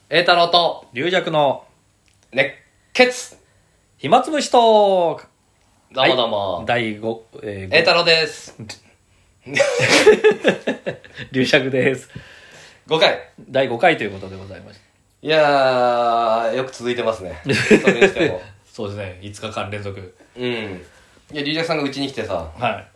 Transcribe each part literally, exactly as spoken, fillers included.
栄太郎と龍弱の熱血暇つぶしトーク。 どうもどうも、 はい、だいご、え栄太郎です龍弱です。 ごかいだいごかいということでございます。 いやーよく続いてますね。それにしてもそうですね、いつかかん連続。 うん。いや龍弱さんがうちに来てさ、 はい、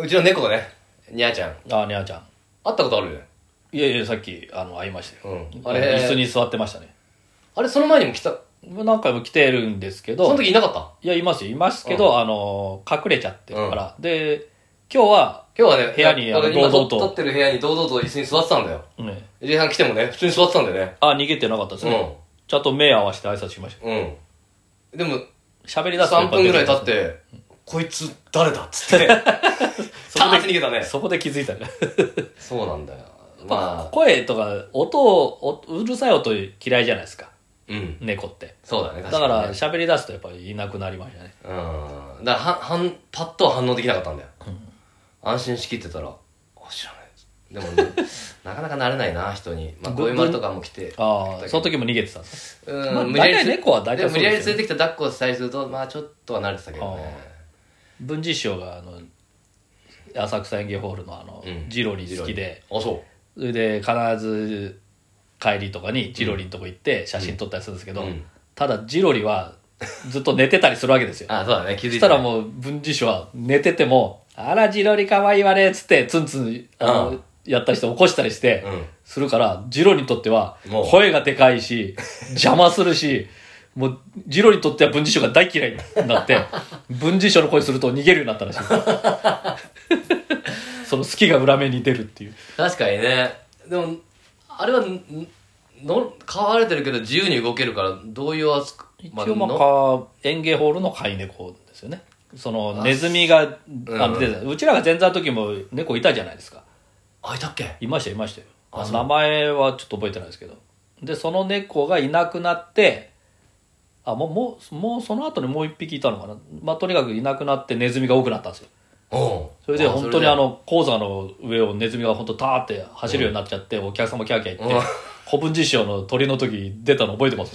うちの猫ね、にゃーちゃん、 あにゃーちゃん会ったことある？ いやいや、さっきあの会いましたよ、 うん、 あれ椅子に座ってましたね。 あれその前にも来た？ 何回も来てるんですけど、 その時いなかった？ いやいますよ、いますけど、 うん、 あの隠れちゃってるから、うん、で今日は今日はね、 部屋にあの堂々とと撮ってる部屋に堂々と椅子に座ってたんだよ。 ね、 龍さん来てもね、普通に座ってたんだよね。 あ、逃げてなかったですね、うん、ちゃんと目合わせて挨拶しました。 うん。でも喋り出すとさんぷんぐらい経って、うん、こいつ誰だっつってターって逃げたね。 そこで気づいたねそうなんだよ。まあ声とか音をうるさい音嫌いじゃないですか、 うん、 猫って。 そうだね、 確かにね。だから喋り出すとやっぱりいなくなりましたね。 うん。だからはんパッとは反応できなかったんだよ、うん、安心しきってたら知らないでも、ね、なかなか慣れないな人に。まあこういう丸とかも来て、 ああその時も逃げてたんですか？うん、 まあ、 無理やり猫は大体そうですよね。 無理やり連れてきた抱っこをしたりするとまあちょっとは慣れてたけどね。 文治師匠があの浅草園芸ホールのあの、うん、ジロリン好きで、 あそうそれで必ず帰りとかにジロリンとこ行って写真撮ったりするんですけど、うん、ただジロリはずっと寝てたりするわけですよ。 あ、そうだね、気づいて、ね、 そしたらもう文治師匠は寝ててもあらジロリかわいいわねっつってツンツンあの、うん、やったりして起こしたりして、うん、するからジロリにとっては声がでかいし邪魔するし、もうジロリにとっては文治師匠が大嫌いになって文治師匠の声すると逃げるようになったらしいその好きが裏目に出るっていう。 確かにね。でもあれはの飼われてるけど自由に動けるからどういう扱い、 一応まあ園芸ホールの飼い猫ですよね。そのネズミがあ、うん、あでうちらが前座の時も猫いたじゃないですか。 あ、いたっけ？ いましたいましたよ。あ、名前はちょっと覚えてないですけど、でその猫がいなくなって、あもうもうもうその後にもう一匹いたのかな。まあとにかくいなくなってネズミが多くなったんですよ。それで本当にあの講座の上をネズミが本当ターって走るようになっちゃって、お客さんもキャーキャー言って古文実証の鳥の時出たの覚えてます。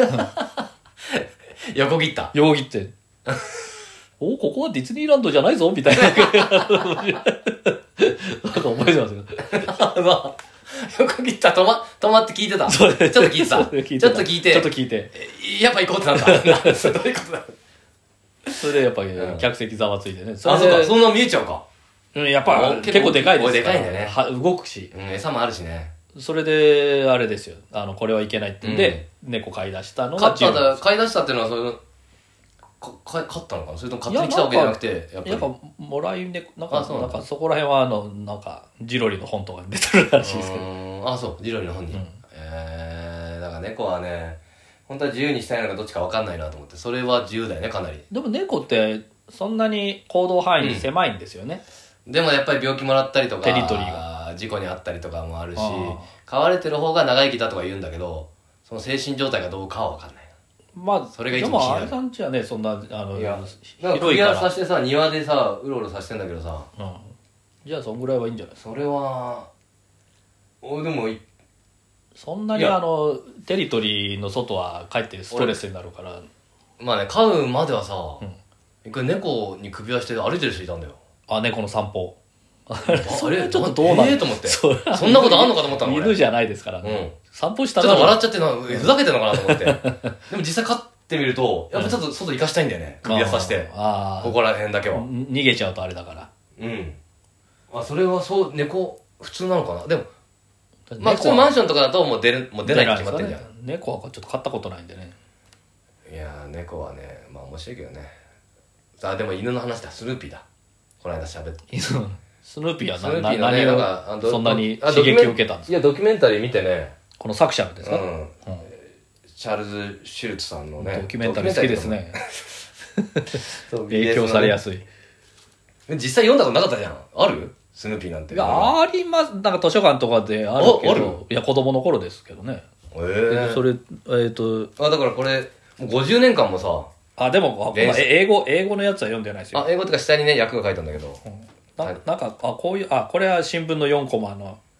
横切った横切っておここはディズニーランドじゃないぞみたいななんか覚えてますよ横切った。止ま止まって聞いてた。ちょっと聞いてたちょっと聞いてちょっと聞いてちょっと聞いてやっぱ行こうってなったそれどういうことだ。 それでやっぱり、ね、うん、客席ざわついてね。 あ、そうか、そんな見えちゃうか。 うん、やっぱ結構でかいですから。 でかいんだよね。 は動くし、 うん、餌もあるしね。 それであれですよ。あのこれはいけないって言うんで、うん、猫飼い出したのが飼った飼い出したっていうのはそれか飼ったのかな。それとも勝手に来たわけじゃなくて、 やっぱりやっぱもらい猫なんかなんかそこら辺はあのなんかジロリの本とかに出てるらしいですけど。 あ、そう、ジロリの本に。うん、えー、だから猫はね、本当は自由にしたいのかどっちか分かんないなと思って。それは自由だよね、かなり。 でも猫ってそんなに行動範囲狭いんですよね、 うん、でもやっぱり病気もらったりとかテリトリーが事故にあったりとかもあるし、飼われてる方が長生きだとか言うんだけど、その精神状態がどうかは分かんない。 まあそれがいつも気になる。でもあれさんちはね、そんなあのいや広いからクリアさせてさ、庭でさうろうろさせてんだけどさ、 うん、じゃあそんぐらいはいいんじゃないですか。 それはおでもそんなにあのテリトリーの外はかえってストレスになるから。 まあね、飼うまではさ、うん、一回猫に首輪して歩いてる人いたんだよ。 あ、猫の散歩。 それちょっとどうなの、えー、と思って。そんなことあんのかと思ったの。 犬じゃないですからね、うん、散歩したらちょっと笑っちゃってのふざけてんのかなと思ってでも実際飼ってみるとやっぱちょっと外行かしたいんだよね、首輪さして。あここら辺だけは逃げちゃうとあれだから。 うん。あ、それはそう猫普通なのかな。でもまあ普通マンションとかだともう出るもう出ないって決まってんじゃん、ね、 猫はちょっと飼ったことないんでね。 いやー猫はね、まあ面白いけどね。あ、でも犬の話だ。スヌーピーだ。この間喋って犬スヌーピーはスヌーピーの、ね、 何をそんなに刺激を受けたんですか。 いやドキュメンタリー見てね、この作者ですか、 うんうん、チャールズ・シュルツさんのねドキュメンタリー好きですね影響されやすい。 実際読んだことなかったじゃん。あるスヌーピーなんて。 いやあります。なんか図書館とかであるけど、いや子供の頃ですけどね。 えー、 それえっ、ー、とあだからこれもうごじゅうねんかんもさ。 あでも英語英語のやつは読んでないですよ。 あ英語とか下にね訳が書いたんだけど、 うん、な, なんかあこういうあこれは新聞のよんコマの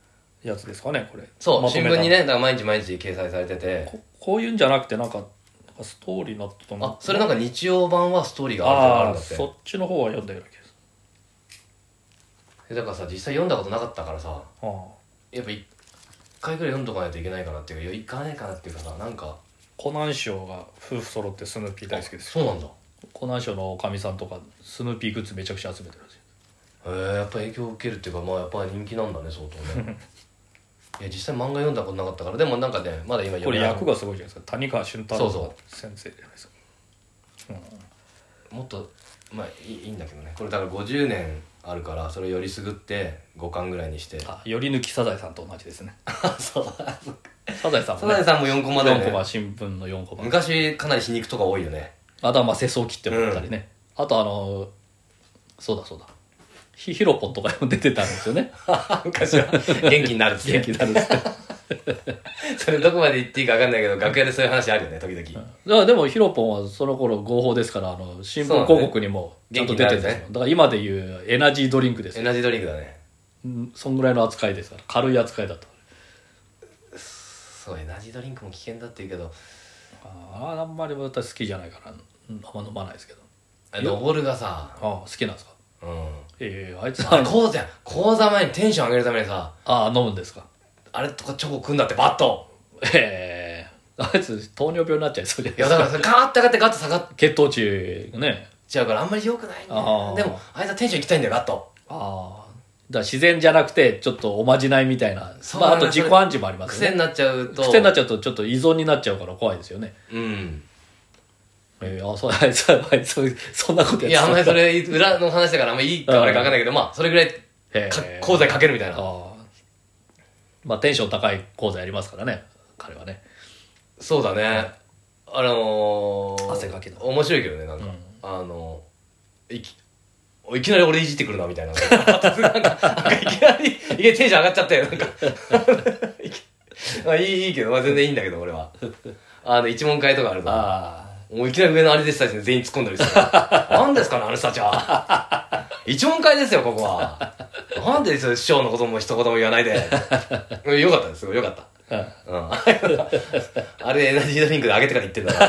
やつですかねこれ。 そう、 まとめた新聞にね、だから毎日毎日掲載されてて。 こ, こういうんじゃなくてなんか、なんかストーリーになったと思う。 あ、それなんか日曜版はストーリーがあるんだって。 そっちの方は読んだような気がする。だからさ、実際読んだことなかったからさ、 あやっぱ一回ぐらい読んどかないといけないかなっていうか、いや、いかないかなっていうかさ、なんか。 コナン賞が夫婦揃ってスヌーピー大好きです。 そうなんだ。 コナン賞のおかみさんとかスヌーピーグッズめちゃくちゃ集めてるんですよ。 へえ、やっぱ影響を受けるっていうか、まあやっぱり人気なんだね、相当ね。いや、実際漫画読んだことなかったから、でもなんかね、まだ今これ役がすごいじゃないですか。谷川俊太郎先生じゃないですか。 うん、もっとまあいい、いいんだけどね。これだからごじゅうねんあるから、それをよりすぐってごかんぐらいにして。 あ、より抜きサザエさんと同じですね。 そうサザエさんも、ね、 サザエさんもよんコマだよね。 よんコマ、新聞のよんコマ。 昔かなり皮肉とか多いよね。 あとはまあ世相切ってもらったりね、うん、あとあのそうだそうだヒヒロポンとかも出てたんですよね。 昔は元気になるっつって元気になるっつってそれどこまで言っていいか分かんないけど、楽屋でそういう話あるよね、時々。だからでもヒロポンはその頃合法ですから、あの新聞広告にもちゃんと出てるんですよ、ね、だから今でいうエナジードリンクですよ。 エナジードリンクだね。 うん、そんぐらいの扱いですから、軽い扱いだと。 そう、エナジードリンクも危険だって言うけど、 ああ、あんまり私好きじゃないからあんま飲まないですけど。 ノボルがさ、 ああ好きなんですか。 うん。 ええー、あいつは講座講座前にテンション上げるためにさ、 ああ飲むんですか。 あれとかチョコ食うんだって、バッと。 ええー、あいつ糖尿病になっちゃいそうじゃないですか。いやだからそれガーッて上がってガッと下がっ血糖値ね違うからあんまり良くないんだよ。でもあいつはテンションいきたいんだよ、ガッと。 ああ、だから自然じゃなくてちょっとおまじないみたいな。まあ、あと自己暗示もありますよね。 癖になっちゃうと癖になっちゃうとちょっと依存になっちゃうから怖いですよね。 うん。 えー、あそうあいつあいつそんなことやってた。 いや、あんまりそれ裏の話だからあんまりいいか悪いか分かんないけど、まあそれぐらい講座かけるみたいな。あ、 まあテンション高い講座やりますからね、彼はね。 そうだね。あのー、 汗かきだ。 面白いけどね、なんか、うん、あのいきいきなり俺いじってくるなみたいな。なんか、なんかいきなりいきなりテンション上がっちゃって、なんかまあいいいいけど、まあ全然いいんだけど俺は。あの一問会とかあると。あもういきなり上のあれでしたち全員突っ込んだりする。何ですかね、あの人たちは。一問会ですよ、ここは。なんで師匠のことも一言も言わないで。よかったです、すごいよかった。うん。あれエナジードリンクであげてから言ってんだから。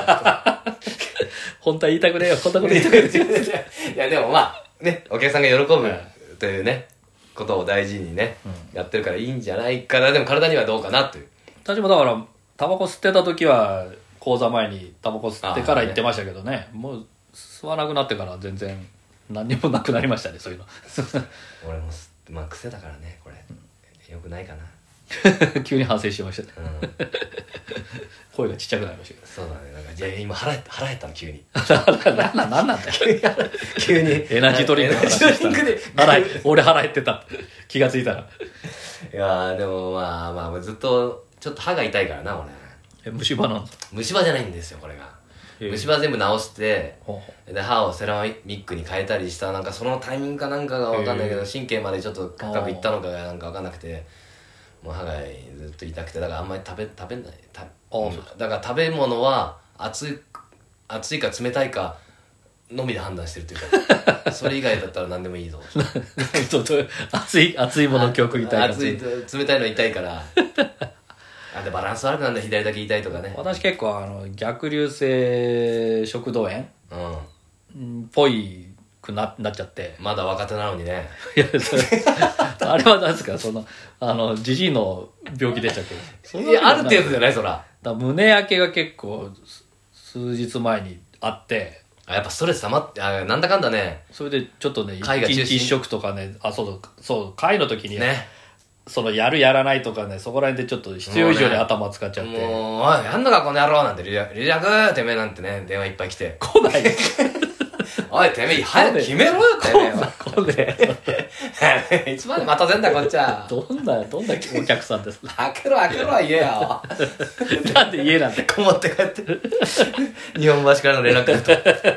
本当は言いたくねえよ、こんなこと言いたくねえ。いや、でもまあ、ね、お客さんが喜ぶというね、ことを大事にね、やってるからいいんじゃないかな。でも体にはどうかなという。 私もだから、タバコ吸ってた時は、講座前にタバコ吸ってから行ってましたけど ね, ねもう吸わなくなってから全然何にもなくなりましたね、そういうの。 俺もまあ癖だからね、これ、うん、よくないかな。 急に反省しましたね、うん、声がちっちゃくなりましたけど。 そうだね、なんかじゃあ今腹減った腹減ったの急に。 何なんなんだよ急にエナジードリンクの話したら腹俺腹減ってた気がついたら。 いやでもまあまあずっとちょっと歯が痛いからな俺。 え虫歯なんだ。 虫歯じゃないんですよこれが。虫歯全部直してで歯をセラミックに変えたりした、なんかそのタイミングかなんかが分かんないけど神経までちょっと深くいったのかがなんか分かんなくて、もう歯がずっと痛くて、だからあんまり食べ食べないた、うん、だから食べ物は熱い熱いか冷たいかのみで判断してるというかそれ以外だったら何でもいいぞ熱い熱いものを今日食いたいか、 熱い冷たいの痛いからあでバランス悪くなんだ左だけ痛いとかね。 私結構あの逆流性食道炎っぽいく な, なっちゃって、 まだ若手なのにね。 いやそれあれは何ですか、そのあのジジイの病気でしたっけ。 いやある程度じゃないそら。 だ胸焼けが結構数日前にあって、 あやっぱストレス溜まってあなんだかんだね。 それでちょっとね一日一食とかね、あそうそう会の時にねそのやるやらないとかね、そこら辺でちょっと必要以上に頭使っちゃって、もう、 ね、もうおいやんのかこの野郎なんてリラクてめえなんてね電話いっぱい来て来ないおいてめえ早く決めろよてめえは来ねいつまで待たせんだこっちは。 どんなどんなお客さんですか。 開けろ開けろ言えよなんで家なんてこもって帰って日本橋からの連絡だ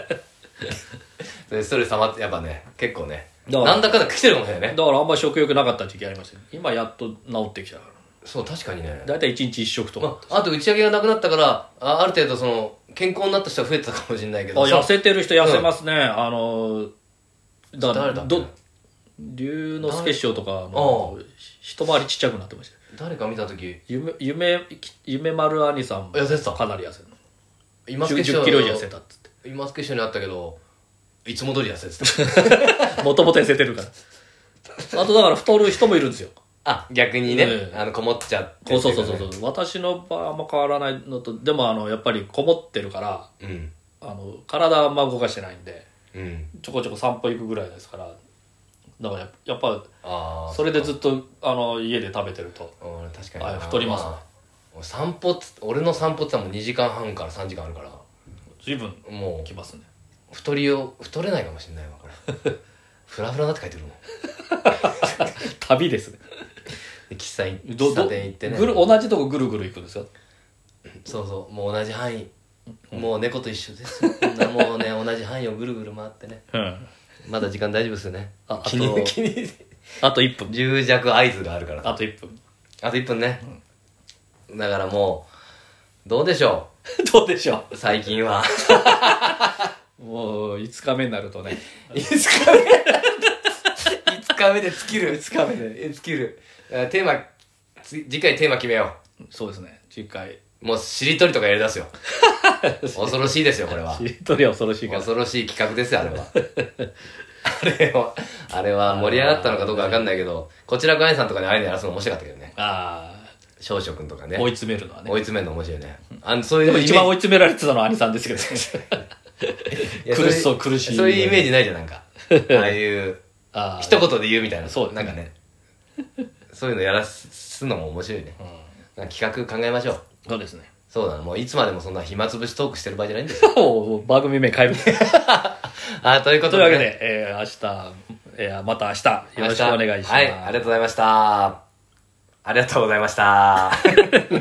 とストレス溜まってやっぱね結構ねなんだかんだ来てるかもしれないね。 だからあんまり食欲なかった時期ありましたね。今やっと治ってきたから。 そう確かにね。 だいたいいちにちいっ食とか、 まあ、あと打ち上げがなくなったからあある程度その健康になった人は増えてたかもしれないけど。 あ痩せてる人痩せますね、うん、あのだから誰だっけ龍之介師匠とかの一回りちっちゃくなってました。 誰か見た時夢夢夢丸兄さんも痩せてたかなり痩せた今じゅっキロ以上痩せたっつって今助師匠に会ったけどいつも通り痩せてたもともと痩せてるからあとだから太る人もいるんですよあ逆にね、 うん、 あのこもっちゃってそうそうそうそう私の場合あんま変わらないのとでもあのやっぱりこもってるから、 うん、 あの体あんま動かしてないんで、 うん、 ちょこちょこ散歩行くぐらいですからだからややっぱあそれでずっとあの家で食べてると確かにあ太りますね、まあ、散歩つ俺の散歩ってもうにじかんはんからさんじかんあるから随分もうきますね太りを太れないかもしれないわこれフラフラだって書いてるもん旅ですね喫茶喫茶店行ってねぐる同じとこぐるぐる行くんですよそうそうもう同じ範囲、うん、もう猫と一緒ですよもうね同じ範囲をぐるぐる回ってね、うん、まだ時間大丈夫ですよねあ気に気にあといっぷん十弱合図があるからあといっぷんあといっぷんね、うん、だからもうどうでしょうどうでしょう最近はもういつかめになるとねいつかめいつかめで尽きるいつかめで尽きるテーマ次回テーマ決めようそうですね次回もうしりとりとかやりだすよ恐ろしいですよこれはしりとりは恐ろしいから恐ろしい企画ですよあれはあれはあれは盛り上がったのかどうかわかんないけどこちらガイさんとかにああいうのやらすの面白かったけどねああ少々くんとかね追い詰めるのはね追い詰めるの面白いねあのそういうでも一番追い詰められてたのは兄さんですけどね苦しそう苦しいそういうイメージないじゃんなんかああいうあ一言で言うみたいなそうなんかねそういうのやらすのも面白いね、うん、企画考えましょうそうですねそうだなもういつまでもそんな暇つぶしトークしてる場合じゃないんですよもう番組名変えるあということで、ね、 というわけで、えー、明日、えー、また明日よろしくお願いしますはいありがとうございましたありがとうございました